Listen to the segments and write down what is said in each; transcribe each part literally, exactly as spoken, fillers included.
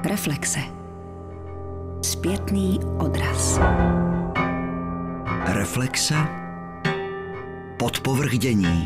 Reflexe. Zpětný odraz. Reflexe. Podpovrchdění.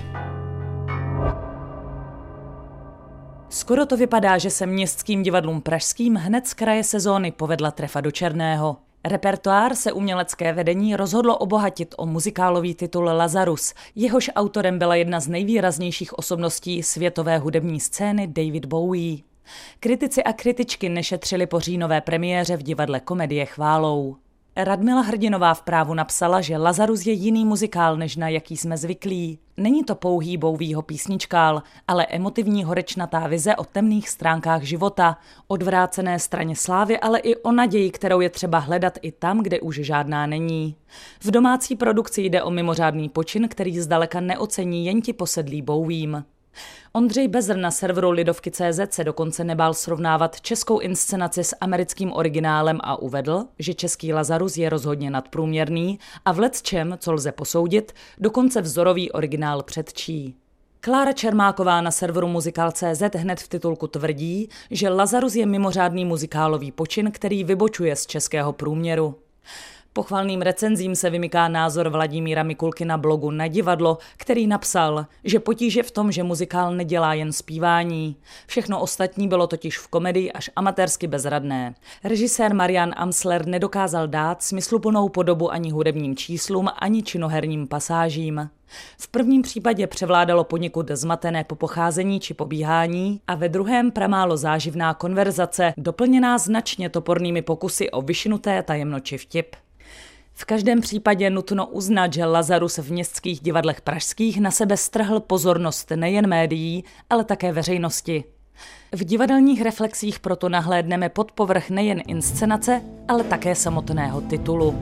Skoro to vypadá, že se městským divadlům pražským hned z kraje sezóny povedla trefa do černého. Repertoár se umělecké vedení rozhodlo obohatit o muzikálový titul Lazarus. Jehož autorem byla jedna z nejvýraznějších osobností světové hudební scény David Bowie. Kritici a kritičky nešetřili po říjnové premiéře v divadle Komedie chválou. Radmila Hrdinová v Právu napsala, že Lazarus je jiný muzikál, než na jaký jsme zvyklí. Není to pouhý Bowieho písničkál, ale emotivní horečnatá vize o temných stránkách života, odvrácené straně slávy, ale i o naději, kterou je třeba hledat i tam, kde už žádná není. V domácí produkci jde o mimořádný počin, který zdaleka neocení jen ti posedlí Bowiem. Ondřej Bezr na serveru Lidovky tečka cé zet se dokonce nebál srovnávat českou inscenaci s americkým originálem a uvedl, že český Lazarus je rozhodně nadprůměrný a v lecčem, co lze posoudit, dokonce vzorový originál předčí. Klára Čermáková na serveru Muzikál tečka cé zet hned v titulku tvrdí, že Lazarus je mimořádný muzikálový počin, který vybočuje z českého průměru. Pochvalným recenzím se vymyká názor Vladimíra Mikulky na blogu Na divadlo, který napsal, že potíž je v tom, že muzikál nedělá jen zpívání. Všechno ostatní bylo totiž v komedii až amatérsky bezradné. Režisér Marian Amsler nedokázal dát smysluplnou podobu ani hudebním číslům, ani činoherním pasážím. V prvním případě převládalo poněkud zmatené popocházení či pobíhání a ve druhém pramálo záživná konverzace, doplněná značně topornými pokusy o vyšnuté tajemno či vtip. V každém případě nutno uznat, že Lazarus v městských divadlech pražských na sebe strhl pozornost nejen médií, ale také veřejnosti. V divadelních reflexích proto nahlédneme pod povrch nejen inscenace, ale také samotného titulu.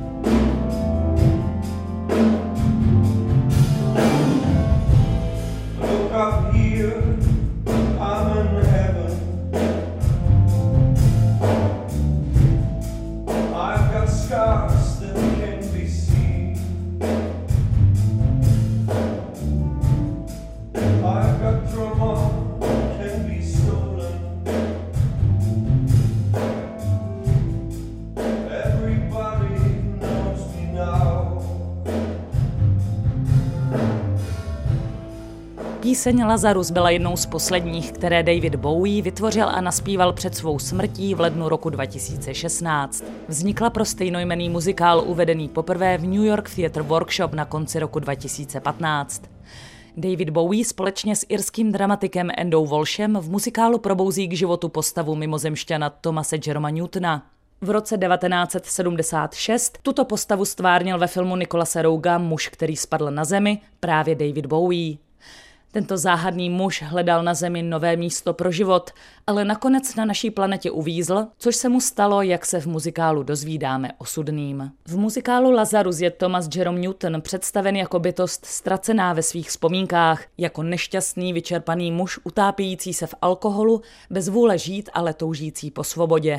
Píseň Lazarus byla jednou z posledních, které David Bowie vytvořil a naspíval před svou smrtí v lednu roku dva tisíce šestnáct. Vznikla pro stejnojmenný muzikál uvedený poprvé v New York Theatre Workshop na konci roku dva tisíce patnáct. David Bowie společně s irským dramatikem Endou Walshem v muzikálu probouzí k životu postavu mimozemšťana Thomase Jeroma Newtona. V roce devatenáct set sedmdesát šest tuto postavu stvárnil ve filmu Nicholase Roega Muž, který spadl na zemi, právě David Bowie. Tento záhadný muž hledal na zemi nové místo pro život, ale nakonec na naší planetě uvízl, což se mu stalo, jak se v muzikálu dozvídáme, osudným. V muzikálu Lazarus je Thomas Jerome Newton představen jako bytost ztracená ve svých vzpomínkách, jako nešťastný, vyčerpaný muž utápějící se v alkoholu, bez vůle žít, ale toužící po svobodě.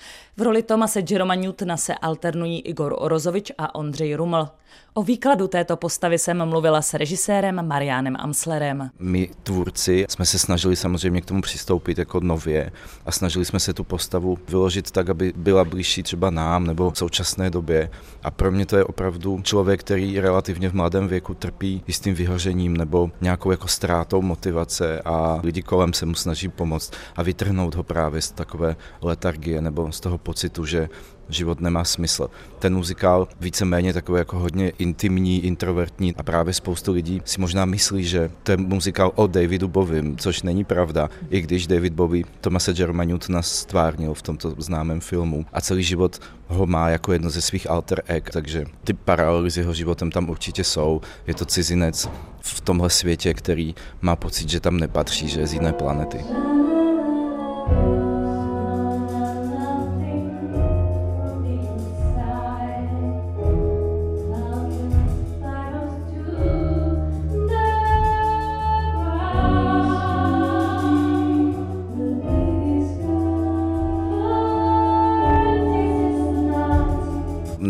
V roli Thomase Jeroma Newtona se alternují Igor Orozovič a Ondřej Ruml. O výkladu této postavy jsem mluvila s režisérem Marianem Amslerem. My tvůrci jsme se snažili samozřejmě k tomu přistoupit jako nově a snažili jsme se tu postavu vyložit tak, aby byla blížší třeba nám nebo v současné době. A pro mě to je opravdu člověk, který relativně v mladém věku trpí jistým vyhořením nebo nějakou jako ztrátou motivace a lidi kolem se mu snaží pomoct a vytrhnout ho právě z takové letargie nebo z toho pocitu, že život nemá smysl. Ten muzikál víceméně takový jako hodně intimní, introvertní a právě spoustu lidí si možná myslí, že to je muzikál o Davidu Bowiem, což není pravda, i když David Bowie Thomase Jeroma Newtona stvárnil v tomto známém filmu a celý život ho má jako jedno ze svých alter egg, takže ty paralely s jeho životem tam určitě jsou. Je to cizinec v tomhle světě, který má pocit, že tam nepatří, že je z jiné planety.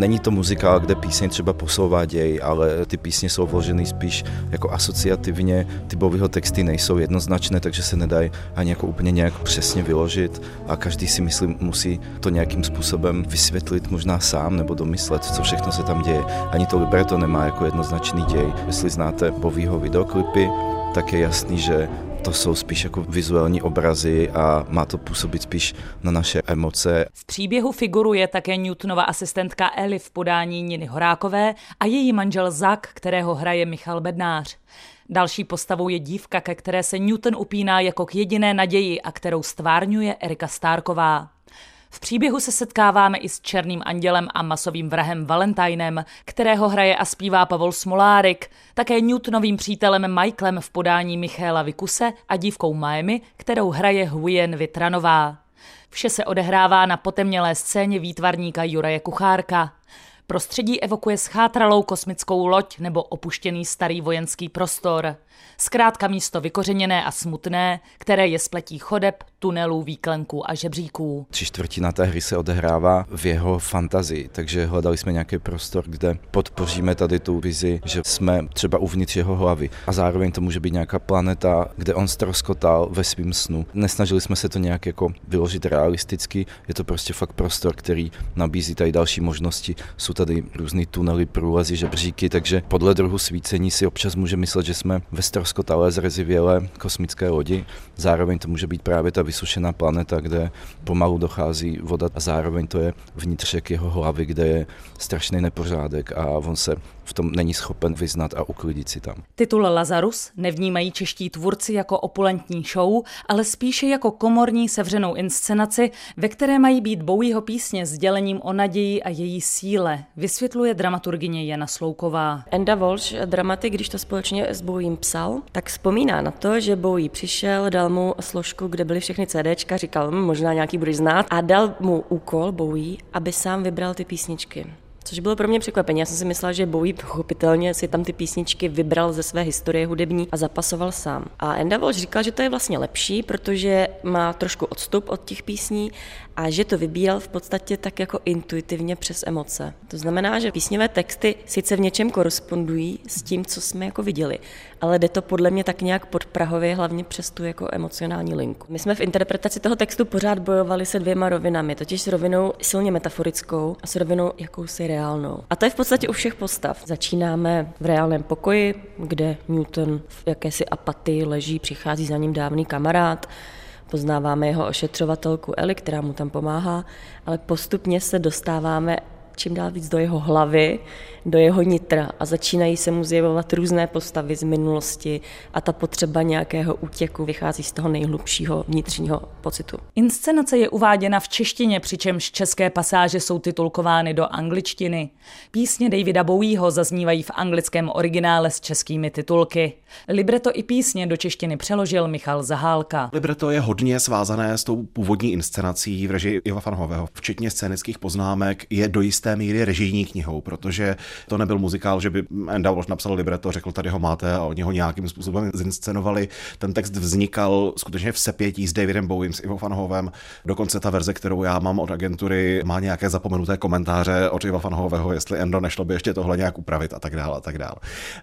Není to muzikál, kde píseň třeba posouvá děj, ale ty písně jsou vloženy spíš jako asociativně, ty Bowieho texty nejsou jednoznačné, takže se nedají ani jako úplně nějak přesně vyložit a každý si myslím musí to nějakým způsobem vysvětlit možná sám nebo domyslet, co všechno se tam děje. Ani to libreto nemá jako jednoznačný děj. Jestli znáte Bowieho videoklipy, tak je jasný, že to jsou spíš jako vizuální obrazy a má to působit spíš na naše emoce. V příběhu figuruje také Newtonova asistentka Ellie v podání Niny Horákové a její manžel Zak, kterého hraje Michal Bednář. Další postavou je dívka, ke které se Newton upíná jako k jediné naději a kterou stvárňuje Erika Stárková. V příběhu se setkáváme i s černým andělem a masovým vrahem Valentinem, kterého hraje a zpívá Pavol Smolárik, také Newtonovým přítelem Michaelem v podání Michaela Vikuse a dívkou Miami, kterou hraje Huyen Vitranová. Vše se odehrává na potemnělé scéně výtvarníka Juraje Kuchárka. Prostředí evokuje schátralou kosmickou loď nebo opuštěný starý vojenský prostor. Zkrátka místo vykořeněné a smutné, které je spletí chodeb, tunelů, výklenků a žebříků. Tři čtvrtina té hry se odehrává v jeho fantazii, takže hledali jsme nějaký prostor, kde podpoříme tady tu vizi, že jsme třeba uvnitř jeho hlavy. A zároveň to může být nějaká planeta, kde on ztroskotal ve svým snu. Nesnažili jsme se to nějak jako vyložit realisticky, je to prostě fakt prostor, který nabízí tady další možnosti. Jsou tady různý tunely, průlezy, žebříky, takže podle druhu svícení si občas může myslet, že jsme ve ztroskotalé, zrezivělé kosmické lodi. Zároveň to může být právě ta vysušená planeta, kde pomalu dochází voda a zároveň to je vnitřek jeho hlavy, kde je strašný nepořádek a on se v tom není schopen vyznat a uklidit si tam. Titul Lazarus nevnímají čeští tvůrci jako opulentní show, ale spíše jako komorní sevřenou inscenaci, ve které mají být Bowieho písně sdělením o naději a její síle, vysvětluje dramaturgyně Jana Slouková. Enda Walsh, dramatik, když to společně s Bowiem psal, tak vzpomíná na to, že Bowie přišel, dal mu složku, kde byly všechny CDčka, říkal, hm, možná nějaký budeš znát, a dal mu úkol Bowie, aby sám vybral ty písničky. Což bylo pro mě překvapení. Já jsem si myslela, že Bowie pochopitelně si tam ty písničky vybral ze své historie hudební a zapasoval sám. A Enda Walsh říkal, že to je vlastně lepší, protože má trošku odstup od těch písní a že to vybíral v podstatě tak jako intuitivně přes emoce. To znamená, že písňové texty sice v něčem korespondují s tím, co jsme jako viděli, ale jde to podle mě tak nějak podprahově, hlavně přes tu jako emocionální linku. My jsme v interpretaci toho textu pořád bojovali se dvěma rovinami, totiž s rovinou silně metaforickou a s rovinou jakousi reálnou. A to je v podstatě u všech postav. Začínáme v reálném pokoji, kde Newton v jakési apatii leží, přichází za ním dávný kamarád, poznáváme jeho ošetřovatelku Ellie, která mu tam pomáhá, ale postupně se dostáváme čím dál víc do jeho hlavy, do jeho nitra a začínají se mu zjevovat různé postavy z minulosti a ta potřeba nějakého útěku vychází z toho nejhlubšího vnitřního pocitu. Inscenace je uváděna v češtině, přičemž české pasáže jsou titulkovány do angličtiny. Písně Davida Bowieho zaznívají v anglickém originále s českými titulky. Libreto i písně do češtiny přeložil Michal Zahálka. Libreto je hodně svázané s tou původní inscenací v režii Iva Fanhového. Včetně scénických poznámek je do jisté míry režijní knihou, protože to nebyl muzikál, že by Enda Walsh napsal libreto, řekl, tady ho máte a oni ho nějakým způsobem zinscenovali. Ten text vznikal skutečně v sepětí s Davidem Bowiem, s Ivo Fanhovem. Dokonce ta verze, kterou já mám od agentury, má nějaké zapomenuté komentáře od Iva Fanhového, jestli Endo, nešlo by ještě tohle nějak upravit a tak dále a tak dále.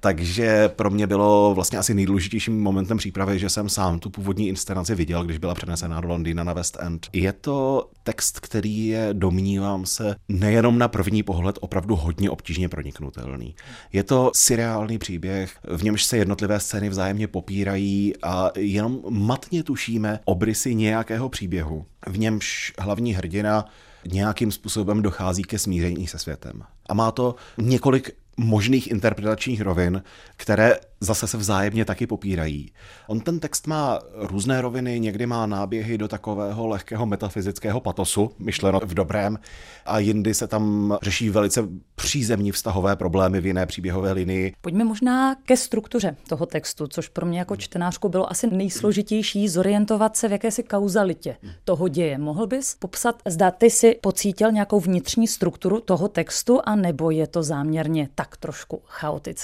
Takže pro mě bylo vlastně asi nejdůležitějším momentem přípravy, že jsem sám tu původní inscenaci viděl, když byla přenesena do Londýna na West End. Je to text, který je, domnívám se, nejenom na první pohled opravdu hodně obtížně proniknutelný. Je to surreální příběh, v němž se jednotlivé scény vzájemně popírají a jenom matně tušíme obrysy nějakého příběhu, v němž hlavní hrdina nějakým způsobem dochází ke smíření se světem. A má to několik možných interpretačních rovin, které zase se vzájemně taky popírají. On ten text má různé roviny, někdy má náběhy do takového lehkého metafyzického patosu, myšleno v dobrém, a jindy se tam řeší velice přízemní vztahové problémy v jiné příběhové linii. Pojďme možná ke struktuře toho textu, což pro mě jako čtenářku bylo asi nejsložitější zorientovat se v jakési kauzalitě toho děje. Mohl bys popsat, zda ty si pocítil nějakou vnitřní strukturu toho textu, a nebo je to záměrně tak trošku chaotické?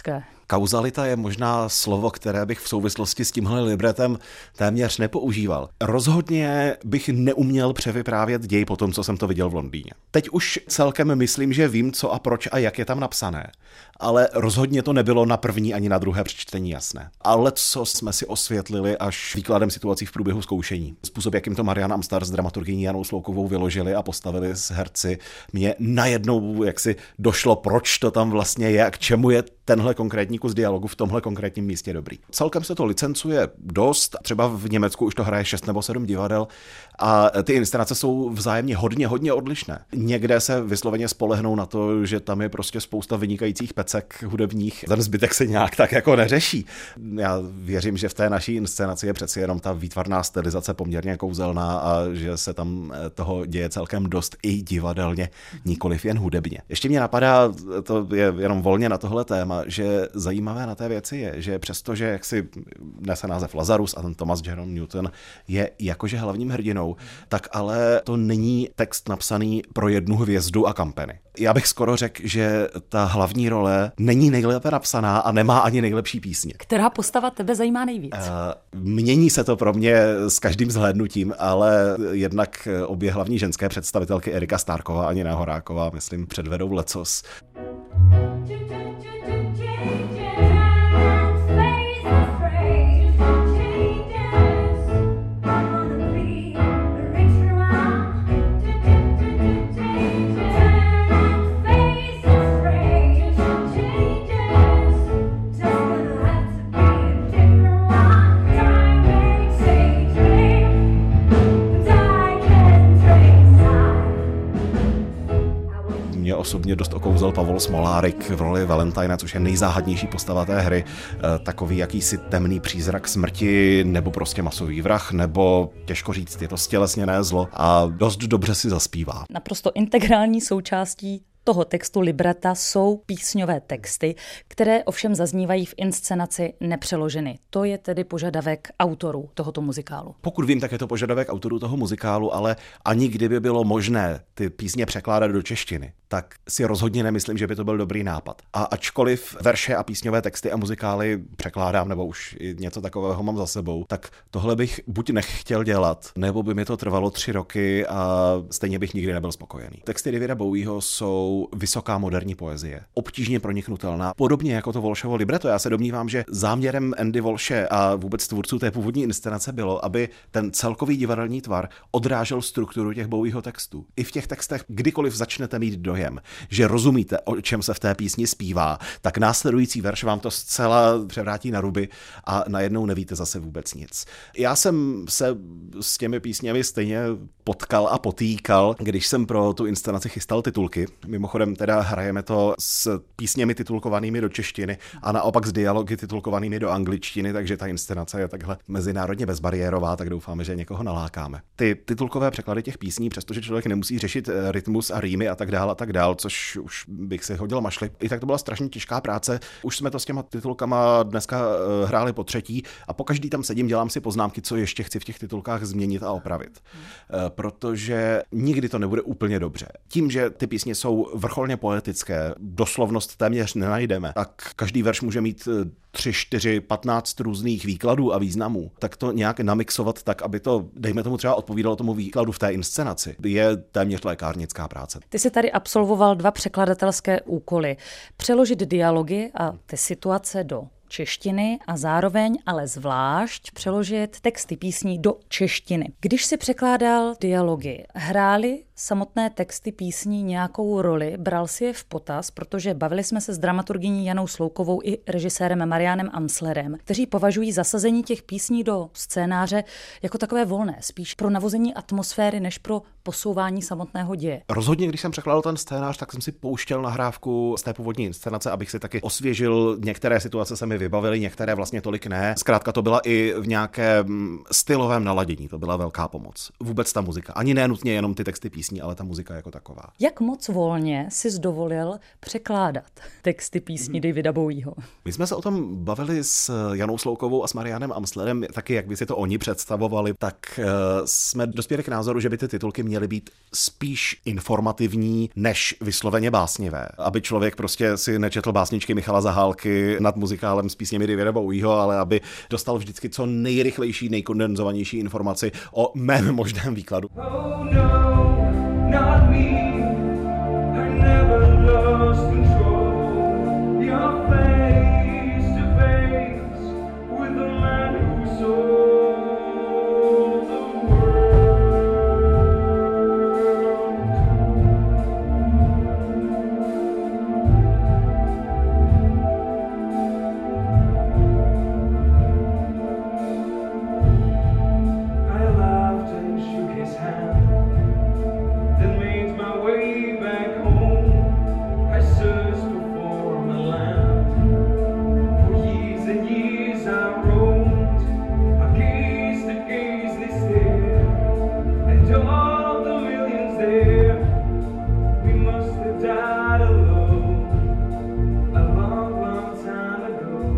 Kauzalita je možná slovo, které bych v souvislosti s tímhle libretem téměř nepoužíval. Rozhodně bych neuměl převyprávět děj po tom, co jsem to viděl v Londýně. Teď už celkem myslím, že vím, co a proč a jak je tam napsané, ale rozhodně to nebylo na první ani na druhé přečtení jasné. Ale co jsme si osvětlili až výkladem situací v průběhu zkoušení. Způsob, jakým to Marian Amstar s dramaturgyní Janou Sloukovou vyložili a postavili s herci, mě najednou jaksi došlo, proč to tam vlastně je a k čemu je tenhle konkrétní kus dialogu v tomhle konkrétním místě dobrý. Celkem se to licencuje dost, třeba v Německu už to hraje šest nebo sedm divadel a ty inscenace jsou vzájemně hodně, hodně odlišné. Někde se vysloveně spolehnou na to, že tam je prostě spousta vynikajících pecek hudebních, ten zbytek se nějak tak jako neřeší. Já věřím, že v té naší inscenaci je přeci jenom ta výtvarná stylizace poměrně kouzelná a že se tam toho děje celkem dost i divadelně, nikoliv jen hudebně. Ještě mě napadá, to je jenom volně na tohle téma, že zajímavé na té věci je, že přestože jak si nese název Lazarus a ten Thomas Jerome Newton je jakože hlavním hrdinou, tak ale to není text napsaný pro jednu hvězdu a kampany. Já bych skoro řekl, že ta hlavní role není nejlépe napsaná a nemá ani nejlepší písně. Která postava tebe zajímá nejvíc? Uh, mění se to pro mě s každým zhlédnutím, ale jednak obě hlavní ženské představitelky Erika Starková a Nina Horáková, myslím, předvedou lecos. Osobně dost okouzel Pavol Smolárik v roli Valentina, což je nejzáhadnější postava té hry. Takový jakýsi temný přízrak smrti, nebo prostě masový vrah, nebo těžko říct, je to stělesněné zlo a dost dobře si zaspívá. Naprosto integrální součástí toho textu libreta jsou písňové texty, které ovšem zaznívají v inscenaci nepřeloženy. To je tedy požadavek autorů tohoto muzikálu. Pokud vím, tak je to požadavek autorů toho muzikálu, ale ani kdyby bylo možné ty písně překládat do češtiny, tak si rozhodně nemyslím, že by to byl dobrý nápad. A ačkoliv verše a písňové texty a muzikály překládám, nebo už něco takového mám za sebou, tak tohle bych buď nechtěl dělat, nebo by mi to trvalo tři roky a stejně bych nikdy nebyl spokojený. Texty Davida Bowieho jsou vysoká moderní poezie, obtížně proniknutelná, podobně jako to Walshovo libreto. Já se domnívám, že záměrem Andy Walshe a vůbec tvůrců té původní inscenace bylo, aby ten celkový divadelní tvar odrážel strukturu těch Bowieho textů. I v těch textech, kdykoliv začnete mít dojem, že rozumíte, o čem se v té písni zpívá, tak následující verš vám to zcela převrátí na ruby a najednou nevíte zase vůbec nic. Já jsem se s těmi písněmi stejně potkal a potýkal, když jsem pro tu inscenaci chystal titulky. Mimochodem teda hrajeme to s písněmi titulkovanými do češtiny a naopak s dialogy titulkovanými do angličtiny, takže ta inscenace je takhle mezinárodně bezbariérová, tak doufáme, že někoho nalákáme. Ty titulkové překlady těch písní, přestože člověk nemusí řešit rytmus a rýmy a tak dál a tak dál, což už bych si hodil mašli. I tak to byla strašně těžká práce. Už jsme to s těma titulkama dneska hráli po třetí a pokaždý tam sedím, dělám si poznámky, co ještě chci v těch titulkách změnit a opravit. Protože nikdy to nebude úplně dobře. Tím, že ty písně jsou vrcholně poetické, doslovnost téměř nenajdeme, tak každý verš může mít tři, čtyři, patnáct různých výkladů a významů, tak to nějak namixovat tak, aby to, dejme tomu třeba odpovídalo tomu výkladu v té inscenaci, je téměř lékárnická práce. Ty jsi tady absolvoval dva překladatelské úkoly. Přeložit dialogy a ty situace do češtiny a zároveň ale zvlášť přeložit texty písní do češtiny. Když si překládal dialogy, hrály samotné texty písní nějakou roli, bral si je v potaz, protože bavili jsme se s dramaturgyní Janou Sloukovou i režisérem Marianem Amslerem, kteří považují zasazení těch písní do scénáře jako takové volné, spíš pro navození atmosféry, než pro posouvání samotného děje. Rozhodně, když jsem překládal ten scénář, tak jsem si pouštěl nahrávku z té původní inscenace, abych si taky osvěžil některé situace, se mi mi vybavily, některé vlastně tolik ne. Zkrátka to byla i v nějakém stylovém naladění, to byla velká pomoc. Vůbec ta muzika, ani ne nutně jenom ty texty písní, ale ta muzika jako taková. Jak moc volně jsi dovolil překládat texty písní hmm. Davida Bowieho? My jsme se o tom bavili s Janou Sloukovou a s Marianem Amslerem, taky jak by si to oni představovali, tak uh, jsme dospěli k názoru, že by ty titulky měly být spíš informativní, než vysloveně básnivé. Aby člověk prostě si nečetl básničky Michala Zahálky nad muzikálem s písněmi Davida Bowieho, ale aby dostal vždycky co nejrychlejší, nejkondenzovanější informaci o mém možném výkladu. Oh no, not me. I never lost control. You're face to face with the man who sold the world. I laughed and shook his hand, then made my way back home. I searched for my land. For years and years I roamed. I gazed and gazed and stared, and all the millions there, we must have died alone a long, long time ago.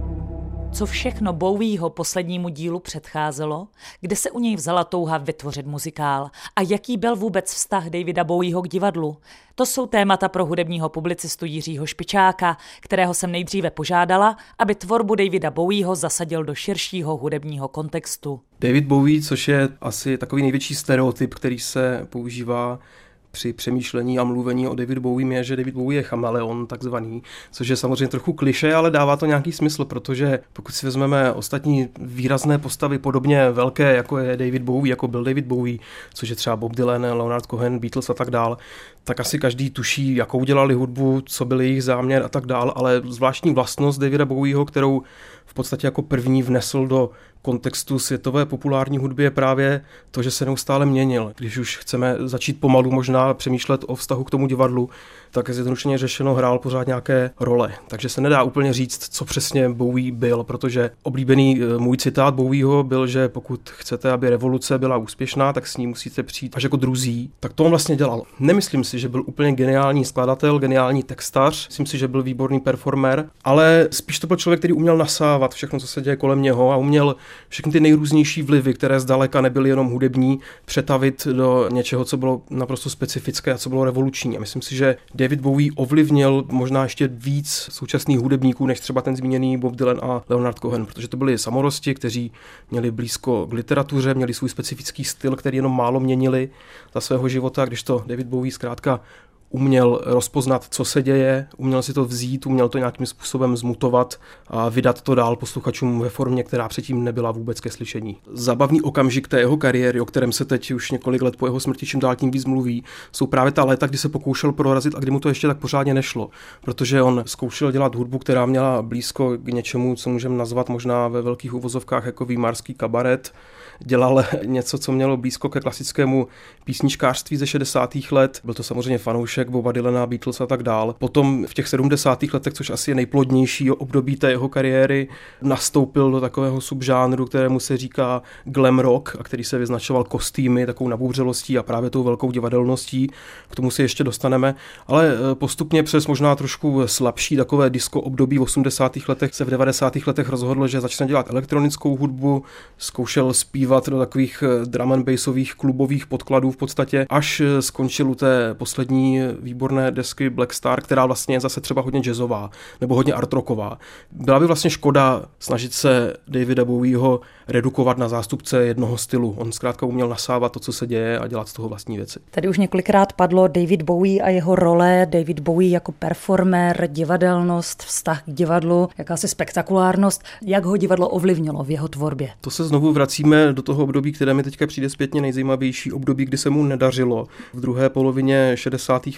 Co všechno Bowieho poslednímu dílu předcházelo, kde se u něj vzala touha vytvořit muzikál a jaký byl vůbec vztah Davida Bowieho k divadlu. To jsou témata pro hudebního publicistu Jiřího Špičáka, kterého jsem nejdříve požádala, aby tvorbu Davida Bowieho zasadil do širšího hudebního kontextu. David Bowie, což je asi takový největší stereotyp, který se používá při přemýšlení a mluvení o David Bowiem, je, že David Bowie je chameleon takzvaný, což je samozřejmě trochu klišé, ale dává to nějaký smysl, protože pokud si vezmeme ostatní výrazné postavy podobně velké, jako je David Bowie, jako byl David Bowie, což je třeba Bob Dylan, Leonard Cohen, Beatles a tak dál, tak asi každý tuší, jakou dělali hudbu, co byl jejich záměr a tak dál, ale zvláštní vlastnost Davida Bowieho, kterou v podstatě jako první vnesl do kontextu světové populární hudby, je právě to, že se neustále měnil. Když už chceme začít pomalu možná přemýšlet o vztahu k tomu divadlu, tak zjednodušeně řešeno hrál pořád nějaké role. Takže se nedá úplně říct, co přesně Bowie byl, protože oblíbený můj citát Bowieho byl, že pokud chcete, aby revoluce byla úspěšná, tak s ní musíte přijít až jako druzí. Tak to on vlastně dělal. Nemyslím si, že byl úplně geniální skladatel, geniální textař, myslím si, že byl výborný performer, ale spíš to byl člověk, který uměl nasávat všechno, co se děje kolem něho a uměl všechny ty nejrůznější vlivy, které zdaleka nebyly jenom hudební, přetavit do něčeho, co bylo naprosto specifické a co bylo revoluční. A myslím si, že David Bowie ovlivnil možná ještě víc současných hudebníků, než třeba ten zmíněný Bob Dylan a Leonard Cohen, protože to byli samorosti, kteří měli blízko k literatuře, měli svůj specifický styl, který jenom málo měnili za svého života, když to David Bowie zkrátka uměl rozpoznat, co se děje, uměl si to vzít, uměl to nějakým způsobem zmutovat a vydat to dál posluchačům ve formě, která předtím nebyla vůbec ke slyšení. Zabavný okamžik té jeho kariéry, o kterém se teď už několik let po jeho smrti čím dál tím víc mluví, jsou právě ta léta, kdy se pokoušel prorazit a kdy mu to ještě tak pořádně nešlo, protože on zkoušel dělat hudbu, která měla blízko k něčemu, co můžeme nazvat možná ve velkých uvozovkách jako výmarský kabaret. Dělal něco, co mělo blízko ke klasickému písničkářství ze šedesátých let. Byl to samozřejmě fanoušek Boba Dylana, Beatles a tak dál. Potom v těch sedmdesátých letech, což asi je nejplodnější období té jeho kariéry, nastoupil do takového subžánru, kterému se říká glam rock, a který se vyznačoval kostýmy, takovou nabouřelostí a právě tou velkou divadelností. K tomu si ještě dostaneme, ale postupně přes možná trošku slabší takové disco období v osmdesátých letech se v devadesátých letech rozhodl, že začne dělat elektronickou hudbu, zkoušel zpívat do takových drum and bassových klubových podkladů v podstatě, až skončil u té poslední výborné desky Black Star, která vlastně je zase třeba hodně jazzová nebo hodně art rocková. Byla by vlastně škoda snažit se Davida Bowieho redukovat na zástupce jednoho stylu. On zkrátka uměl nasávat to, co se děje, a dělat z toho vlastní věci. Tady už několikrát padlo David Bowie a jeho role, David Bowie jako performer, divadelnost, vztah k divadlu, jakási spektakulárnost. Jak ho divadlo ovlivnilo v jeho tvorbě? To se znovu vracíme do toho období, které mi teďka přijde zpětně nejzajímavější období, kdy se mu nedařilo. V druhé polovině šedesátých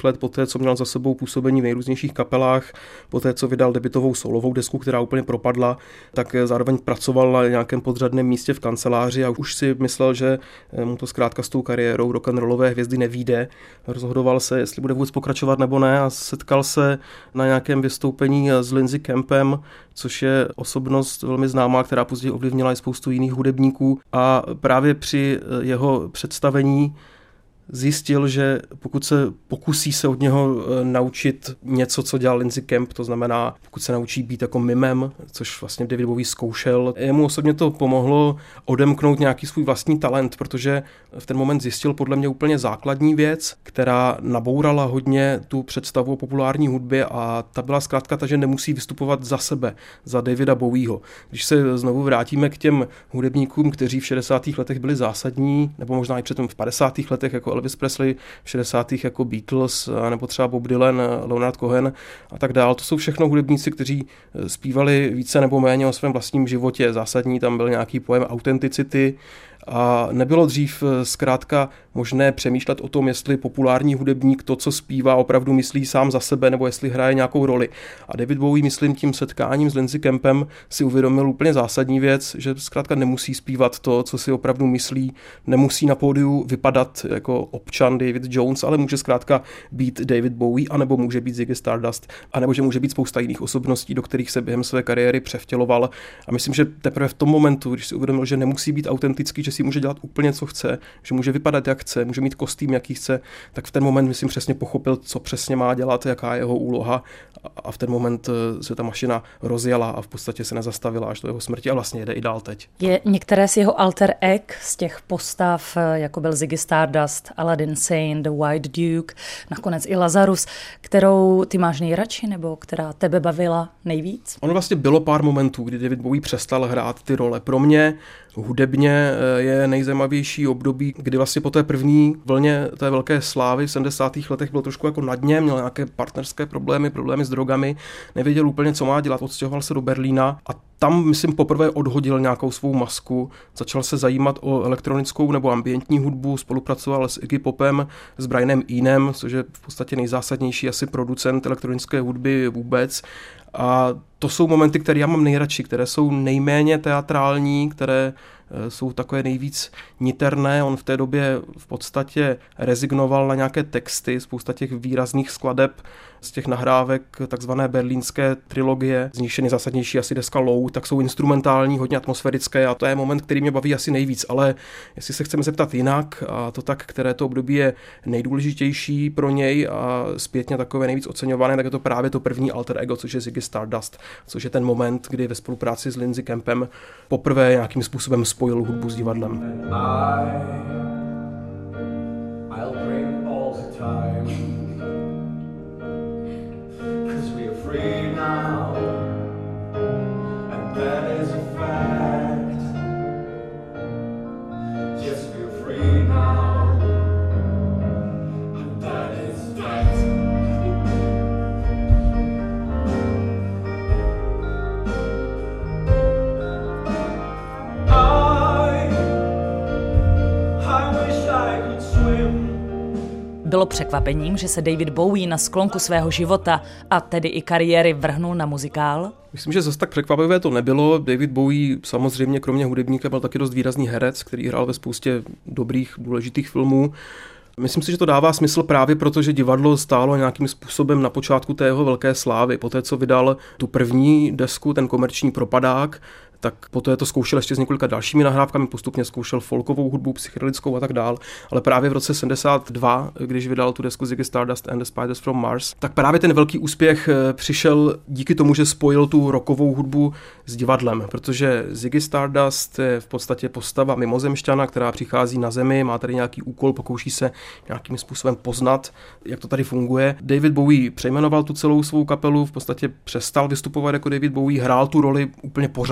šedesátých let, poté co měl za sebou působení v nejrůznějších kapelách, poté co vydal debutovou solovou desku, která úplně propadla, tak zároveň pracoval na nějakém podřadném místě v kanceláři a už si myslel, že mu to zkrátka s tou kariérou rock'n'rollové hvězdy nevyjde. Rozhodoval se, jestli bude vůbec pokračovat nebo ne a setkal se na nějakém vystoupení s Lindsey Kempem, což je osobnost velmi známá, která později ovlivnila i spoustu jiných hudebníků a právě při jeho představení zjistil, že pokud se pokusí se od něho naučit něco, co dělal Lindsey Kemp, to znamená, pokud se naučí být jako mimem, což vlastně David Bowie zkoušel, jemu osobně to pomohlo odemknout nějaký svůj vlastní talent, protože v ten moment zjistil podle mě úplně základní věc, která nabourala hodně tu představu o populární hudbě a ta byla zkrátka ta, že nemusí vystupovat za sebe, za Davida Bowieho. Když se znovu vrátíme k těm hudebníkům, kteří v šedesátých letech byli zásadní, nebo možná i předtím v padesátých letech jako Elvis Presley, v šedesátých jako Beatles, nebo třeba Bob Dylan, Leonard Cohen a tak dál. To jsou všechno hudebníci, kteří zpívali více nebo méně o svém vlastním životě. Zásadní tam byl nějaký pojem autenticity a nebylo dřív zkrátka možné přemýšlet o tom, jestli populární hudebník to, co zpívá, opravdu myslí sám za sebe, nebo jestli hraje nějakou roli. A David Bowie, myslím, tím setkáním s Lindsey Kempem si uvědomil úplně zásadní věc, že zkrátka nemusí zpívat to, co si opravdu myslí, nemusí na pódiu vypadat jako občan David Jones, ale může zkrátka být David Bowie, anebo může být Ziggy Stardust, anebo že může být spousta jiných osobností, do kterých se během své kariéry převtěloval. A myslím, že teprve v tom momentu, když si uvědomil, že nemusí být autentický, že si může dělat úplně, co chce, že může vypadat, jak chce, může mít kostým, jaký chce, tak v ten moment, myslím, přesně pochopil, co přesně má dělat, jaká je jeho úloha a v ten moment se ta mašina rozjela a v podstatě se nezastavila až do jeho smrti a vlastně jede i dál teď. Je některé z jeho alter egg, z těch postav, jako byl Ziggy Stardust, Aladdin Sane, The White Duke, nakonec i Lazarus, kterou ty máš nejradši nebo která tebe bavila nejvíc? Ono vlastně bylo pár momentů, kdy David Bowie přestal hrát ty role. Pro mě hudebně je nejzajímavější období, kdy vlastně po té první vlně té velké slávy v sedmdesátých letech byl trošku jako na dně, měl nějaké partnerské problémy, problémy s drogami, nevěděl úplně, co má dělat, odstěhoval se do Berlína a tam, myslím, poprvé odhodil nějakou svou masku, začal se zajímat o elektronickou nebo ambientní hudbu, spolupracoval s Iggy Popem, s Brianem Eenem, což je v podstatě nejzásadnější asi producent elektronické hudby vůbec. A to jsou momenty, které já mám nejradši, které jsou nejméně teatrální, které jsou takové nejvíc niterné. On v té době v podstatě rezignoval na nějaké texty, spousta těch výrazných skladeb z těch nahrávek takzvané berlínské trilogie, z nich je nejzásadnější asi deska Low, tak jsou instrumentální, hodně atmosférické a to je moment, který mě baví asi nejvíc, ale jestli se chceme zeptat jinak, a to tak, které to období je nejdůležitější pro něj a zpětně takové nejvíc oceňované, tak je to právě to první alter ego, což je Ziggy Stardust, což je ten moment, kdy ve spolupráci s Lindsey Kempem poprvé nějakým způsobem spojil hudbu s divadlem. Bylo překvapením, že se David Bowie na sklonku svého života a tedy i kariéry vrhnul na muzikál? Myslím, že zase tak překvapivé to nebylo. David Bowie samozřejmě kromě hudebníka byl taky dost výrazný herec, který hrál ve spoustě dobrých, důležitých filmů. Myslím si, že to dává smysl právě proto, že divadlo stálo nějakým způsobem na počátku té jeho velké slávy. Poté, co vydal tu první desku, ten komerční propadák, tak poté to zkoušel ještě s několika dalšími nahrávkami, postupně zkoušel folkovou hudbu, psychedelickou a tak dál, ale právě v roce sedmdesát dva, když vydal tu desku Ziggy Stardust and the Spiders from Mars, tak právě ten velký úspěch přišel díky tomu, že spojil tu rockovou hudbu s divadlem, protože Ziggy Stardust je v podstatě postava mimozemšťana, která přichází na Zemi, má tady nějaký úkol, pokouší se nějakým způsobem poznat, jak to tady funguje. David Bowie přejmenoval tu celou svou kapelu, v podstatě přestal vystupovat jako David Bowie, hrál tu roli úplně pořád.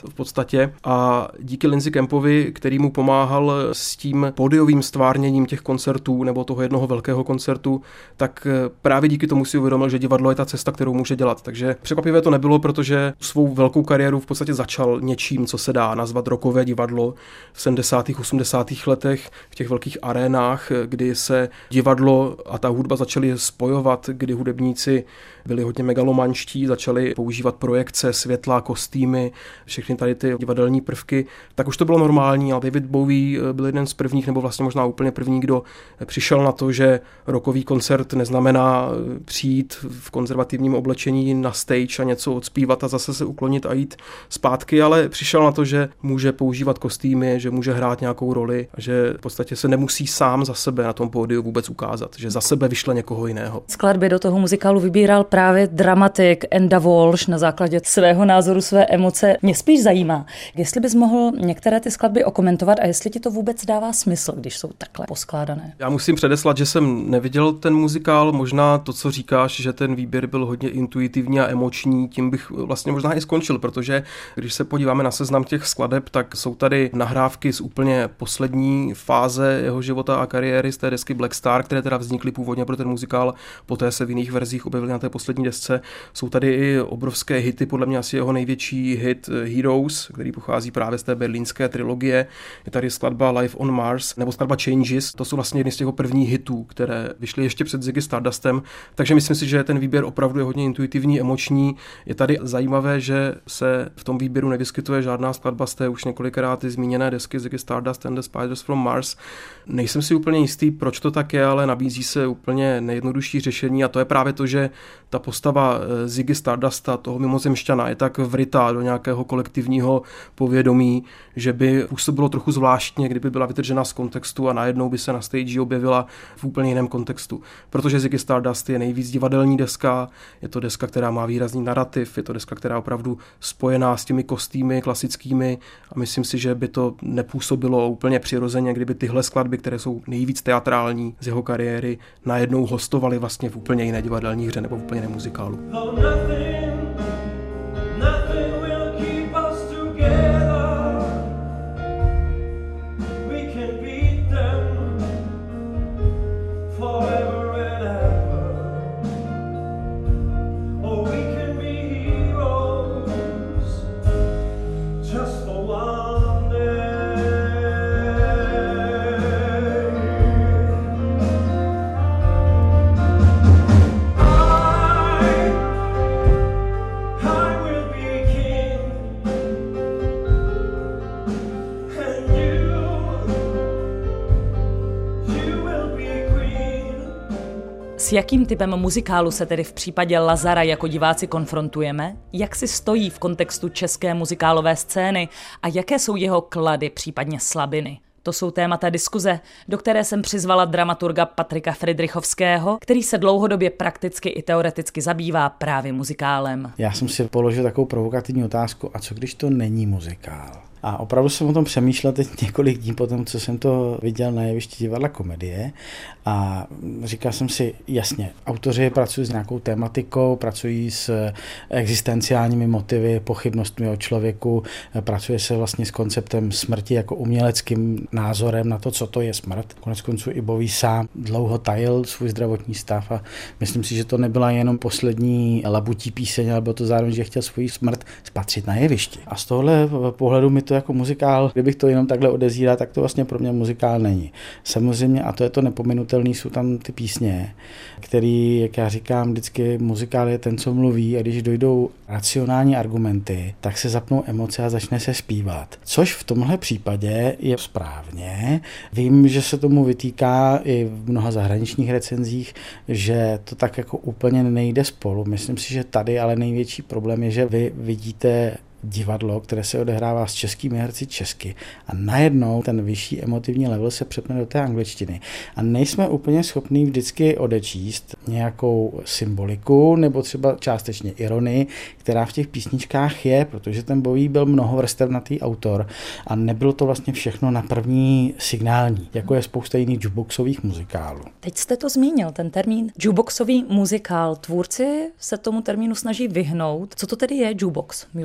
v podstatě a díky Lindsey Campovi, který mu pomáhal s tím pódiovým stvárněním těch koncertů nebo toho jednoho velkého koncertu, tak právě díky tomu si uvědomil, že divadlo je ta cesta, kterou může dělat. Takže překvapivé to nebylo, protože svou velkou kariéru v podstatě začal něčím, co se dá nazvat rockové divadlo v sedmdesátých osmdesátých letech v těch velkých arénách, kdy se divadlo a ta hudba začaly spojovat, kdy hudebníci byli hodně megalomanští, začali používat projekce, světla, kostýmy, všechny tady ty divadelní prvky, tak už to bylo normální, ale David Bowie byl jeden z prvních, nebo vlastně možná úplně první, kdo přišel na to, že rockový koncert neznamená přijít v konzervativním oblečení na stage a něco odspívat a zase se uklonit a jít zpátky, ale přišel na to, že může používat kostýmy, že může hrát nějakou roli a že v podstatě se nemusí sám za sebe na tom pódiu vůbec ukázat, že za sebe vyšle někoho jiného. Skladby do toho muzikálu vybíral právě dramatik Enda Walsh na základě svého názoru, své emoce. Mě spíš zajímá, jestli bys mohl některé ty skladby okomentovat a jestli ti to vůbec dává smysl, když jsou takhle poskládané. Já musím předeslat, že jsem neviděl ten muzikál, možná to, co říkáš, že ten výběr byl hodně intuitivní a emoční, tím bych vlastně možná i skončil, protože když se podíváme na seznam těch skladeb, tak jsou tady nahrávky z úplně poslední fáze jeho života a kariéry z té desky Black Star, které teda vznikly původně pro ten muzikál, poté se v jiných verzích objevily na té poslední desce. Jsou tady i obrovské hity, podle mě asi jeho největší hit Heroes, který pochází právě z té berlínské trilogie. Je tady skladba Life on Mars nebo skladba Changes. To jsou vlastně jedny z těch prvních hitů, které vyšly ještě před Ziggy Stardustem. Takže myslím si, že ten výběr opravdu je hodně intuitivní, emoční. Je tady zajímavé, že se v tom výběru nevyskytuje žádná skladba z té už několikrát zmíněné desky Ziggy Stardust and the Spiders from Mars. Nejsem si úplně jistý, proč to tak je, ale nabízí se úplně nejjednodušší řešení a to je právě to, že ta postava Ziggy Stardusta, toho mimozemšťana, je tak vrytá do nějakého kolektivního povědomí, že by působilo trochu zvláštně, kdyby byla vytržena z kontextu a najednou by se na stage objevila v úplně jiném kontextu. Protože Ziggy Stardust je nejvíc divadelní deska, je to deska, která má výrazný narrativ, je to deska, která je opravdu spojená s těmi kostýmy klasickými a myslím si, že by to nepůsobilo úplně přirozeně, kdyby tyhle skladby, které jsou nejvíc teatrální z jeho kariéry, najednou hostovaly vlastně v úplně jiné divadelní hře nebo v úplně jiném muzikálu. S jakým typem muzikálu se tedy v případě Lazara jako diváci konfrontujeme? Jak si stojí v kontextu české muzikálové scény a jaké jsou jeho klady, případně slabiny? To jsou témata diskuze, do které jsem přizvala dramaturga Patrika Fridrichovského, který se dlouhodobě prakticky i teoreticky zabývá právě muzikálem. Já jsem si položil takovou provokativní otázku, a co když to není muzikál? A opravdu jsem o tom přemýšlel teď několik dní potom, co jsem to viděl na jevišti divadla Komedie a říkal jsem si, jasně, autoři pracují s nějakou tematikou, pracují s existenciálními motivy, pochybnostmi o člověku, pracuje se vlastně s konceptem smrti jako uměleckým názorem na to, co to je smrt. Konec konců i Bowie sám dlouho tajil svůj zdravotní stav a myslím si, že to nebyla jenom poslední labutí píseň, ale bylo to zároveň, že chtěl svou smrt spatřit na jevišti. A z tohle pohledu mi to jako muzikál, kdybych to jenom takhle odezíral, tak to vlastně pro mě muzikál není. Samozřejmě, a to je to nepominutelné, jsou tam ty písně, který, jak já říkám, vždycky muzikál je ten, co mluví a když dojdou racionální argumenty, tak se zapnou emoce a začne se zpívat. Což v tomhle případě je správně. Vím, že se tomu vytýká i v mnoha zahraničních recenzích, že to tak jako úplně nejde spolu. Myslím si, že tady ale největší problém je, že vy vidíte divadlo, které se odehrává s českými herci česky a najednou ten vyšší emotivní level se přepne do té angličtiny a nejsme úplně schopní vždycky odečíst nějakou symboliku nebo třeba částečně ironii, která v těch písničkách je, protože ten Bowie byl mnohovrstevnatý autor a nebylo to vlastně všechno na první signální, jako je spousta jiných jukeboxových muzikálů. Teď jste to zmínil, ten termín jukeboxový muzikál. Tvůrci se tomu termínu snaží vyhnout. Co to tedy je jukebox musical?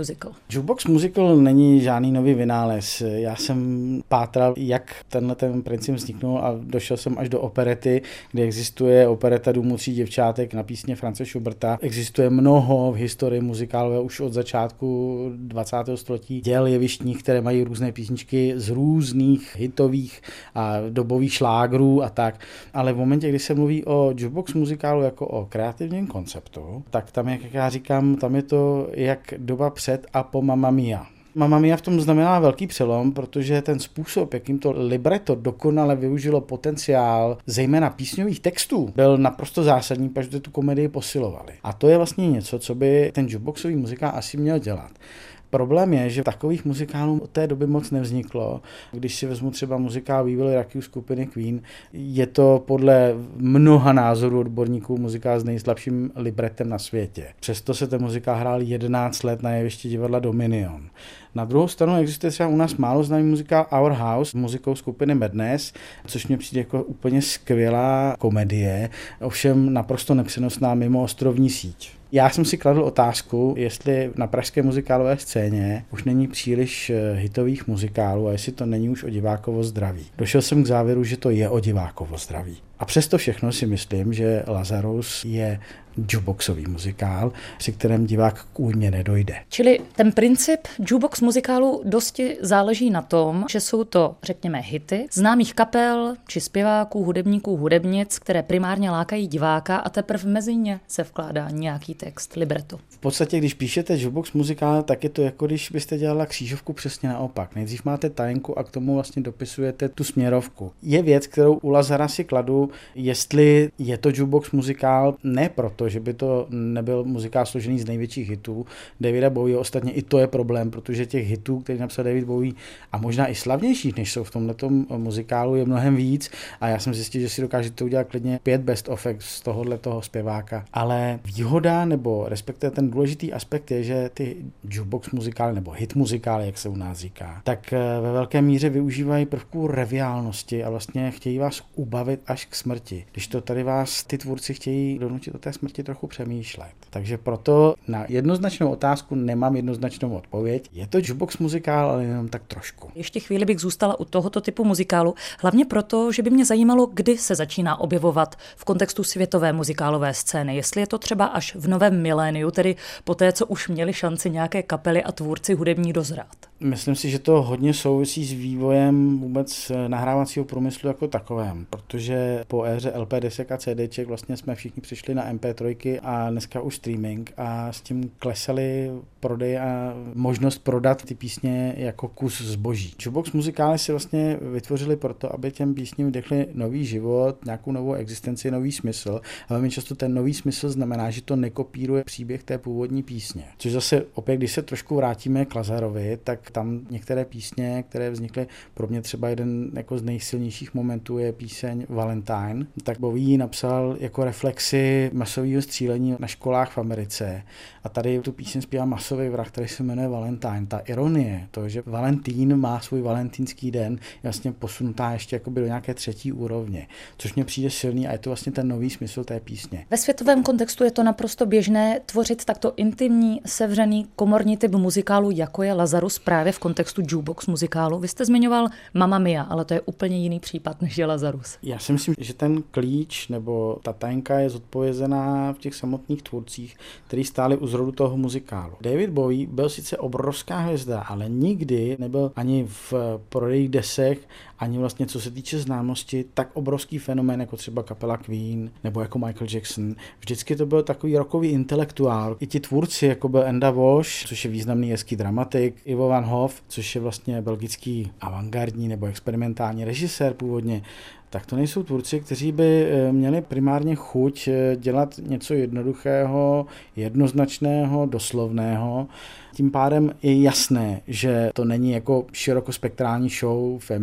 Jukebox musical není žádný nový vynález. Já jsem pátral, jak tenhle ten princip vzniknul a došel jsem až do operety, kde existuje opereta Dům tří děvčátek na písně Franze Schuberta. Existuje mnoho v historii muzikálové už od začátku dvacátého století děl jevištních, které mají různé písničky z různých hitových a dobových šlágrů a tak. Ale v momentě, kdy se mluví o jukebox muzikálu jako o kreativním konceptu, tak tam, jak já říkám, tam je to jak doba před a po Mamma Mia. Mamma Mia v tom znamená velký přelom, protože ten způsob, jakým to libreto dokonale využilo potenciál, zejména písňových textů, byl naprosto zásadní, protože tu komedii posilovali. A to je vlastně něco, co by ten jukeboxový muzikál asi měl dělat. Problém je, že takových muzikálů od té doby moc nevzniklo. Když si vezmu třeba muzikál We Will Rock You skupiny Queen, je to podle mnoha názorů odborníků muzikál s nejslabším libretem na světě. Přesto se ten muzikál hrál jedenáct let na jevišti divadla Dominion. Na druhou stranu existuje třeba u nás málo známý muzikál Our House s muzikou skupiny Madness, což mě přijde jako úplně skvělá komedie, ovšem naprosto nepřenosná mimo ostrovní síť. Já jsem si kladl otázku, jestli na pražské muzikálové scéně už není příliš hitových muzikálů a jestli to není už o divákovo zdraví. Došel jsem k závěru, že to je o divákovo zdraví. A přesto všechno si myslím, že Lazarus je jukeboxový muzikál, při kterém divák k újmě nedojde. Čili ten princip jukebox muzikálu dosti záleží na tom, že jsou to, řekněme, hity známých kapel či zpěváků, hudebníků, hudebnic, které primárně lákají diváka a teprve mezi ně se vkládá nějaký text, libretto. V podstatě, když píšete jukebox muzikál, tak je to jako když byste dělala křížovku přesně naopak. Nejdřív máte tajenku a k tomu vlastně dopisujete tu směrovku. Je věc, kterou u Lazara si kladu, jestli je to jukebox muzikál, ne proto, že by to nebyl muzikál složený z největších hitů Davida Bowie. Ostatně i to je problém, protože těch hitů, který napsal David Bowie a možná i slavnějších, než jsou v tomhletom muzikálu, je mnohem víc a já jsem zjistil, že si dokážete udělat klidně pět best of z tohohle toho zpěváka. Ale výhoda nebo respektive ten důležitý aspekt je, že ty jukebox muzikály nebo hit muzikály, jak se u nás říká, tak ve velké míře využívají prvků reviálnosti a vlastně chtějí vás ubavit až k smrti. Když to tady vás ty tvůrci chtějí donutit o té smrti trochu přemýšlet. Takže proto na jednoznačnou otázku nemám jednoznačnou odpověď. Je to jukebox muzikál, ale jenom tak trošku. Ještě chvíli bych zůstala u tohoto typu muzikálu, hlavně proto, že by mě zajímalo, kdy se začíná objevovat v kontextu světové muzikálové scény. Jestli je to třeba až v novém miléniu, tedy po té, co už měli šanci nějaké kapely a tvůrci hudební dozrát. Myslím si, že to hodně souvisí s vývojem vůbec nahrávacího průmyslu jako takovém, protože po éře el pé desek a CDček vlastně jsme všichni přišli na em pé tři a dneska už streaming a s tím klesaly prodej a možnost prodat ty písně jako kus zboží. Jukebox muzikály si vlastně vytvořili proto, aby těm písním vdechli nový život, nějakou novou existenci, nový smysl. A velmi často ten nový smysl znamená, že to nekopíruje příběh té původní písně. Což zase opět, když se trošku vrátíme k Lazarovi, tak tam některé písně, které vznikly, pro mě třeba jeden jako z nejsilnějších momentů je píseň Valentine. Tak Bowie ji napsal jako reflexi masového střílení na školách v Americe. A tady tu píseň zpívá masový vrah, který se jmenuje Valentine. Ta ironie, to, že Valentín má svůj valentínský den, je vlastně posunutá ještě jakoby do nějaké třetí úrovně, což mě přijde silný a je to vlastně ten nový smysl té písně. Ve světovém kontextu je to naprosto běžné tvořit takto intimní, sevřený, komorní typ muzikálu, jako je Lazarus, právě v kontextu jukebox muzikálu. Vy jste zmiňoval Mamma Mia, ale to je úplně jiný případ, než je Lazarus. Já si myslím, že ten klíč nebo ta tajenka je zodpovězená v těch samotných tvůrcích, kteří stáli u zrodu toho muzikálu. David Bowie byl sice obrovská hvězda, ale nikdy nebyl ani v prodeji desek, ani vlastně co se týče známosti, tak obrovský fenomén jako třeba kapela Queen nebo jako Michael Jackson. Vždycky to byl takový rockový intelektuál. I ti tvůrci, jako byl Enda Walsh, což je významný jeský dramatik, Ivo Van Hove, což je vlastně belgický avantgardní nebo experimentální režisér původně, tak to nejsou tvůrci, kteří by měli primárně chuť dělat něco jednoduchého, jednoznačného, doslovného. Tím pádem je jasné, že to není jako širokospektrální show, family show,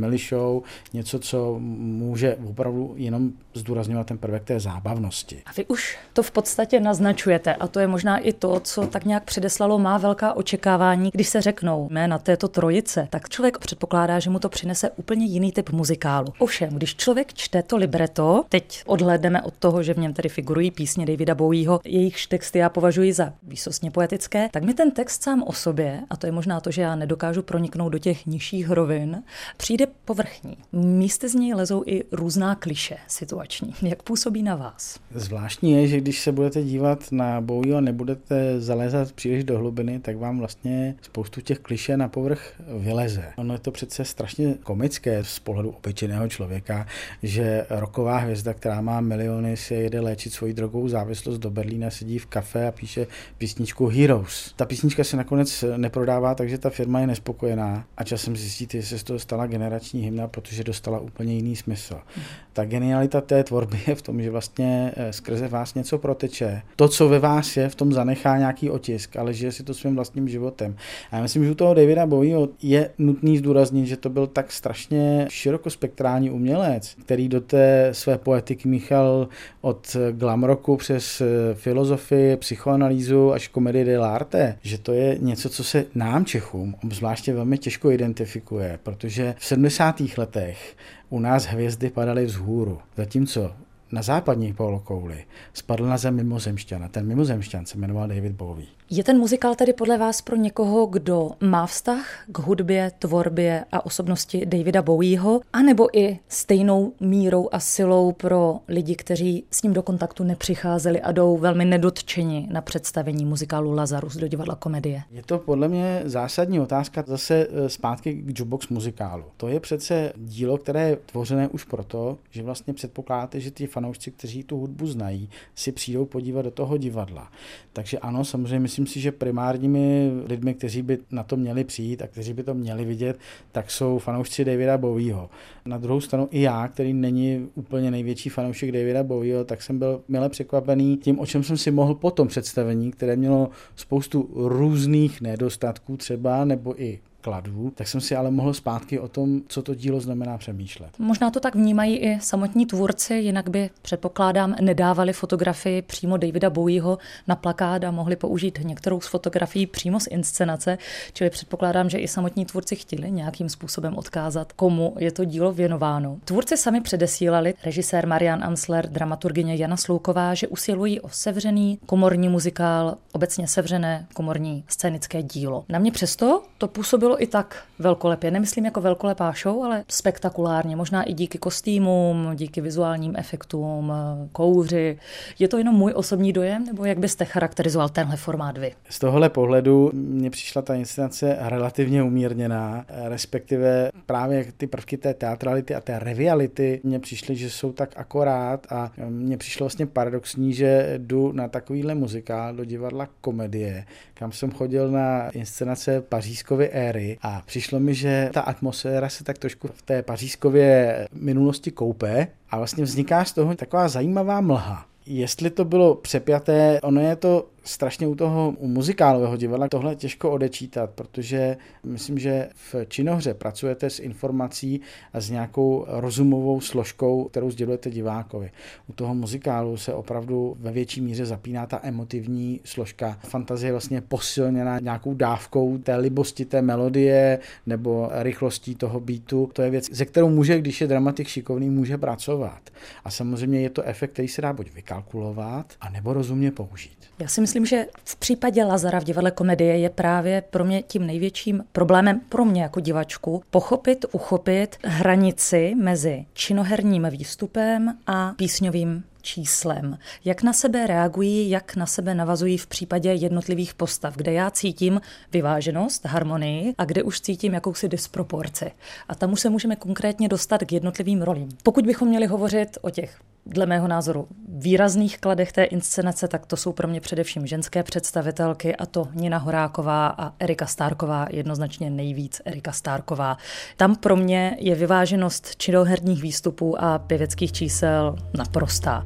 veselou, něco, co může opravdu jenom zdůrazňovat ten prvek té zábavnosti. A vy už to v podstatě naznačujete a to je možná i to, co tak nějak předeslalo má velká očekávání, když se řeknou jména této trojice, tak člověk předpokládá, že mu to přinese úplně jiný typ muzikálu. Ovšem, když člověk čte to libreto, teď odhlédneme od toho, že v něm tedy figurují písně Davida Bowieho, jejichž texty já považuji za výsostně poetické, tak mi ten text sám o sobě, a to je možná to, že já nedokážu proniknout do těch nižších rovin, přijde povrchní. Místy z něj lezou i různá klišé situační. Jak působí na vás? Zvláštní je, že když se budete dívat na Bowieho a nebudete zalézat příliš do hlubiny, tak vám vlastně spoustu těch klišé na povrch vyleze. Ono je to přece strašně komické z pohledu obyčejného člověka, že rocková hvězda, která má miliony, si jede léčit svoji drogovou závislost do Berlína, sedí v kafe a píše písničku Heroes. Ta písnička se nakonec neprodává, takže ta firma je nespokojená a časem zjistíte, že se z toho stala generační hymna, protože dostala úplně jiný smysl. Ta genialita té tvorby je v tom, že vlastně skrze vás něco proteče. To, co ve vás je, v tom zanechá nějaký otisk, ale žije si to svým vlastním životem. A já myslím, že u toho Davida Bowieho je nutný zdůraznit, že to byl tak strašně širokospektrální umělec, který do té své poetiky míchal od glam rocku přes filozofii, psychoanalýzu až komedii dell'arte, že to je něco, co se nám Čechům obzvláště velmi těžko identifikuje, protože v sedmdesátých letech u nás hvězdy padaly vzhůru, zatímco na západní polokouli spadl na zem mimozemšťan a ten mimozemšťan se jmenoval David Bowie. Je ten muzikál tedy podle vás pro někoho, kdo má vztah k hudbě, tvorbě a osobnosti Davida Bowieho, anebo i stejnou mírou a silou pro lidi, kteří s ním do kontaktu nepřicházeli a jdou velmi nedotčeni na představení muzikálu Lazarus do divadla Komedie? Je to podle mě zásadní otázka zase zpátky k jukebox muzikálu. To je přece dílo, které je tvořené už proto, že vlastně předpokládáte, že ti fanoušci, kteří tu hudbu znají, si přijdou podívat do toho divadla. Takže ano, samozřejmě myslím si, že primárními lidmi, kteří by na to měli přijít a kteří by to měli vidět, tak jsou fanoušci Davida Bowieho. Na druhou stranu i já, který není úplně největší fanoušek Davida Bowieho, tak jsem byl mile překvapený tím, o čem jsem si mohl po tom představení, které mělo spoustu různých nedostatků třeba, nebo i kladů, tak jsem si ale mohl zpátky o tom, co to dílo znamená, přemýšlet. Možná to tak vnímají i samotní tvůrci, jinak by, předpokládám, nedávali fotografii přímo Davida Bowieho na plakát a mohli použít některou z fotografií přímo z inscenace, čili předpokládám, že i samotní tvůrci chtěli nějakým způsobem odkázat, komu je to dílo věnováno. Tvůrci sami předesílali, režisér Marian Amsler, dramaturgyně Jana Slouková, že usilují o sevřený komorní muzikál, obecně sevřené komorní scénické dílo. Na mě přesto to působilo i tak velkolepě. Nemyslím jako velkolepá show, ale spektakulárně. Možná i díky kostýmům, díky vizuálním efektům, kouři. Je to jenom můj osobní dojem, nebo jak byste charakterizoval tenhle formát vy? Z tohohle pohledu mně přišla ta inscenace relativně umírněná, respektive právě ty prvky té teatrality a té reviality mně přišly, že jsou tak akorát a mně přišlo vlastně paradoxní, že jdu na takovýhle muzikál do divadla Komedie, kam jsem chodil na inscenace Pařížskovy éry a přišlo mi, že ta atmosféra se tak trošku v té pařížskově minulosti koupe a vlastně vzniká z toho taková zajímavá mlha. Jestli to bylo přepjaté, ono je to strašně u toho u muzikálového divadla tohle těžko odečítat, protože myslím, že v činohře pracujete s informací a s nějakou rozumovou složkou, kterou sdělujete divákovi. U toho muzikálu se opravdu ve větší míře zapíná ta emotivní složka. Fantazie je vlastně posilněná nějakou dávkou té libosti té melodie nebo rychlostí toho beatu. To je věc, ze kterou může, když je dramatik šikovný, může pracovat. A samozřejmě je to efekt, který se dá buď vykalkulovat, anebo rozumně použít. Já si myslím, že v případě Lazara v divadle Komedie je právě pro mě tím největším problémem pro mě jako divačku pochopit, uchopit hranici mezi činoherním výstupem a písňovým číslem. Jak na sebe reagují, jak na sebe navazují v případě jednotlivých postav, kde já cítím vyváženost, harmonii a kde už cítím jakousi disproporci. A tam už se můžeme konkrétně dostat k jednotlivým rolím. Pokud bychom měli hovořit o těch, dle mého názoru, výrazných kladech té inscenace, tak to jsou pro mě především ženské představitelky, a to Nina Horáková a Erika Stárková, jednoznačně nejvíc Erika Stárková. Tam pro mě je vyváženost činoherních výstupů a pěveckých čísel naprostá.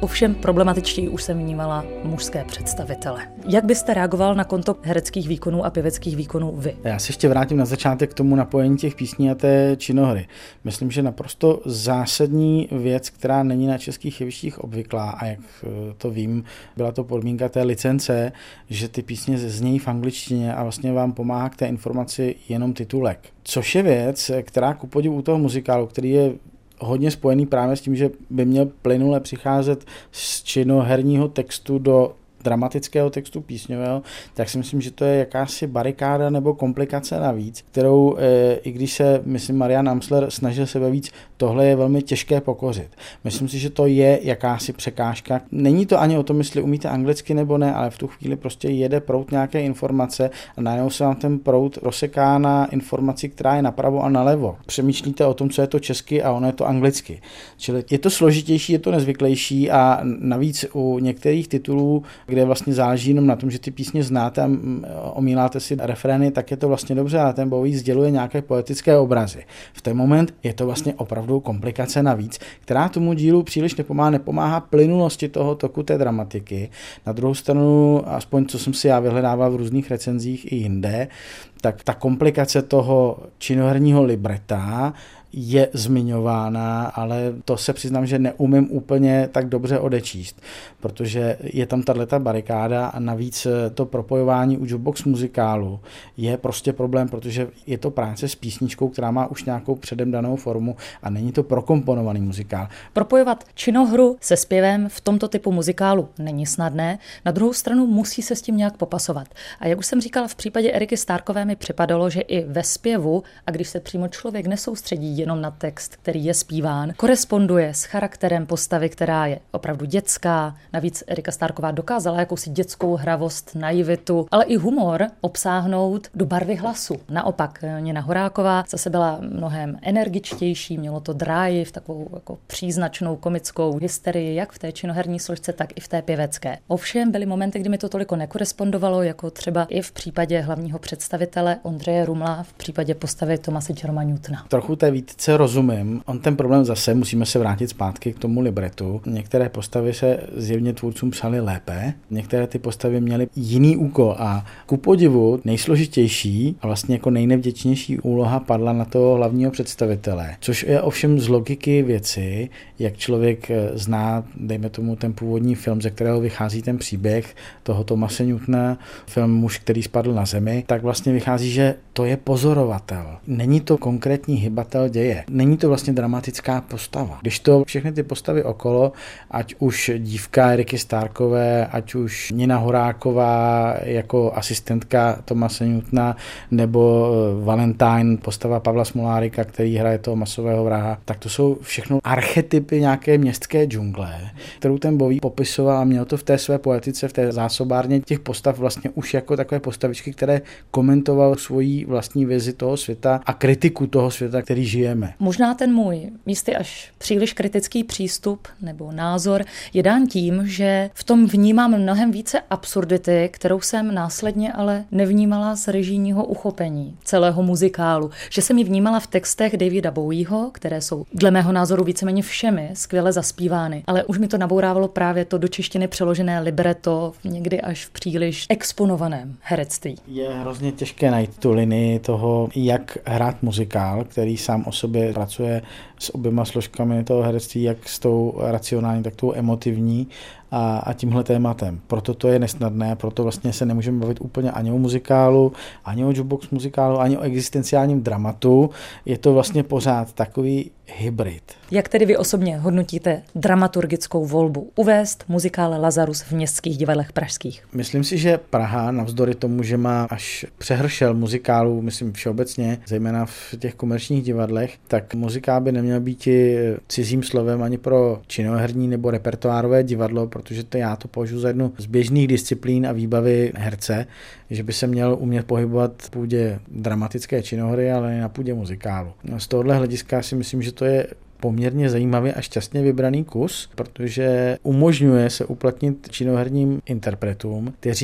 Ovšem problematičtěji už jsem vnímala mužské představitele. Jak byste reagoval na konto hereckých výkonů a pěveckých výkonů vy? Já se ještě vrátím na začátek k tomu napojení těch písní a té činohry. Myslím, že naprosto zásadní věc, která není na českých jevištích obvyklá, a jak to vím, byla to podmínka té licence, že ty písně znějí v angličtině a vlastně vám pomáhá k té informaci jenom titulek. Což je věc, která ku podivu u toho muzikálu, který je hodně spojený právě s tím, že by měl plynule přicházet z činoherního textu do dramatického textu písňového, tak si myslím, že to je jakási barikáda nebo komplikace navíc, kterou, e, i když se, myslím, Marian Amsler snažil sebe víc, tohle je velmi těžké pokořit. Myslím si, že to je jakási překážka. Není to ani o tom, jestli umíte anglicky nebo ne, ale v tu chvíli prostě jede proud nějaké informace a najednou se vám ten proud rozseká na informaci, která je napravo a nalevo. Přemýšlíte o tom, co je to česky a ono je to anglicky. Čili je to složitější, je to nezvyklejší a navíc u některých titulů, kde vlastně záleží jenom na tom, že ty písně znáte a omíláte si refrény, tak je to vlastně dobře, ale ten Bowie sděluje nějaké poetické obrazy. V ten moment je to vlastně opravdu komplikace navíc, která tomu dílu příliš nepomáhá, nepomáhá plynulosti toho toku té dramatiky. Na druhou stranu, aspoň co jsem si já vyhledával v různých recenzích i jinde, tak ta komplikace toho činoherního libreta je zmiňována, ale to se přiznám, že neumím úplně tak dobře odečíst, protože je tam tato barikáda a navíc to propojování u jukebox muzikálu je prostě problém, protože je to práce s písničkou, která má už nějakou předem danou formu a není to prokomponovaný muzikál. Propojovat činohru se zpěvem v tomto typu muzikálu není snadné, na druhou stranu musí se s tím nějak popasovat. A jak už jsem říkala, v případě Eriky Starkové mi připadalo, že i ve zpěvu, a když se přímo člověk nesoustředí jenom na text, který je zpíván, koresponduje s charakterem postavy, která je opravdu dětská. Navíc Erika Starková dokázala jakousi dětskou hravost, naivitu, ale i humor obsáhnout do barvy hlasu. Naopak Nina Horáková zase byla mnohem energičtější, mělo to drive, takovou jako příznačnou komickou hysterii, jak v té činoherní složce, tak i v té pěvecké. Ovšem byly momenty, kdy mi to toliko nekorespondovalo, jako třeba i v případě hlavního představitele Ondřeje Rumla, v případě postavy Thomase Jeroma Newtona. Trochu té výtce rozumím. On ten problém zase, musíme se vrátit zpátky k tomu libretu. Některé postavy se zjevně tvůrcům psaly lépe, některé ty postavy měly jiný úkol a ku podivu nejsložitější a vlastně jako nejnevděčnější úloha padla na toho hlavního představitele. Což je ovšem z logiky věci, jak člověk zná, dejme tomu ten původní film, ze kterého vychází ten příběh toho Thomase Newtona, film Muž, který spadl na zemi, tak vlastně vychází, že to je pozorovatel. Není to konkrétní hybatel děje. Není to vlastně dramatická postava. Když to všechny ty postavy okolo, ať už dívka Eriky Starkové, ať už Nina Horáková jako asistentka Thomase Newtona, nebo Valentine, postava Pavla Smolárika, který hraje toho masového vraha, tak to jsou všechno archetypy nějaké městské džungle, kterou ten Bowie popisoval a měl to v té své poetice, v té zásobárně těch postav vlastně už jako takové postavičky, které komentoval svoji vlastní vizi toho světa a kritiku toho světa, který žijeme. Možná ten můj místy až příliš kritický přístup nebo názor je dán tím, že v tom vnímám mnohem více absurdity, kterou jsem následně ale nevnímala z režijního uchopení celého muzikálu. Že jsem ji vnímala v textech Davida Bowieho, které jsou dle mého názoru víceméně všemi skvěle zaspívány, ale už mi to nabourávalo právě to do češtiny přeložené libreto, někdy až v příliš exponovaném herectví. Je hrozně těžké najít tu linii toho, jak hrát muzikál, který sám o sobě pracuje s oběma složkami toho herectví, jak s tou racionální, tak tou emotivní a, a tímhle tématem. Proto to je nesnadné, proto vlastně se nemůžeme bavit úplně ani o muzikálu, ani o jukebox muzikálu, ani o existenciálním dramatu. Je to vlastně pořád takový hybrid. Jak tedy vy osobně hodnotíte dramaturgickou volbu uvést muzikál Lazarus v městských divadlech pražských? Myslím si, že Praha, navzdory tomu, že má až přehršel muzikálů, myslím všeobecně, zejména v těch komerčních divadlech, tak muzikál by neměl být cizím slovem ani pro činoherní nebo repertoárové divadlo, protože to já to považuji za jednu z běžných disciplín a výbavy herce, že by se měl umět pohybovat v půdě dramatické činohry, ale i na půdě muzikálu. Z tohohle hlediska si myslím, že to je poměrně zajímavý a šťastně vybraný kus, protože umožňuje se uplatnit činoherním interpretům, kteří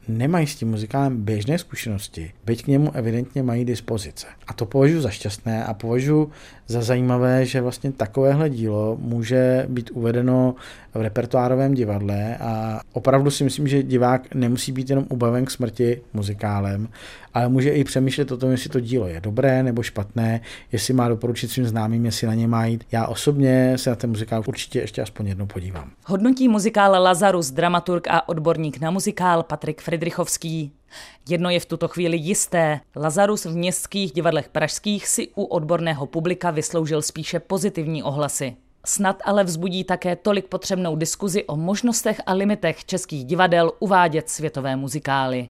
nemají s tím muzikálem běžné zkušenosti, byť k němu evidentně mají dispozice. A to považuji za šťastné a považuji za zajímavé, že vlastně takovéhle dílo může být uvedeno v repertoárovém divadle a opravdu si myslím, že divák nemusí být jenom ubaven k smrti muzikálem, ale může i přemýšlet o tom, jestli to dílo je dobré nebo špatné, jestli má doporučit svým známým, jestli na ně má jít. Já osobně se na ten muzikál určitě ještě aspoň jednou podívám. Hodnotí muzikál Lazarus dramaturg a odborník na muzikál Patrik Fridrichovský. Jedno je v tuto chvíli jisté. Lazarus v městských divadlech pražských si u odborného publika vysloužil spíše pozitivní ohlasy. Snad ale vzbudí také tolik potřebnou diskuzi o možnostech a limitech českých divadel uvádět světové muzikály.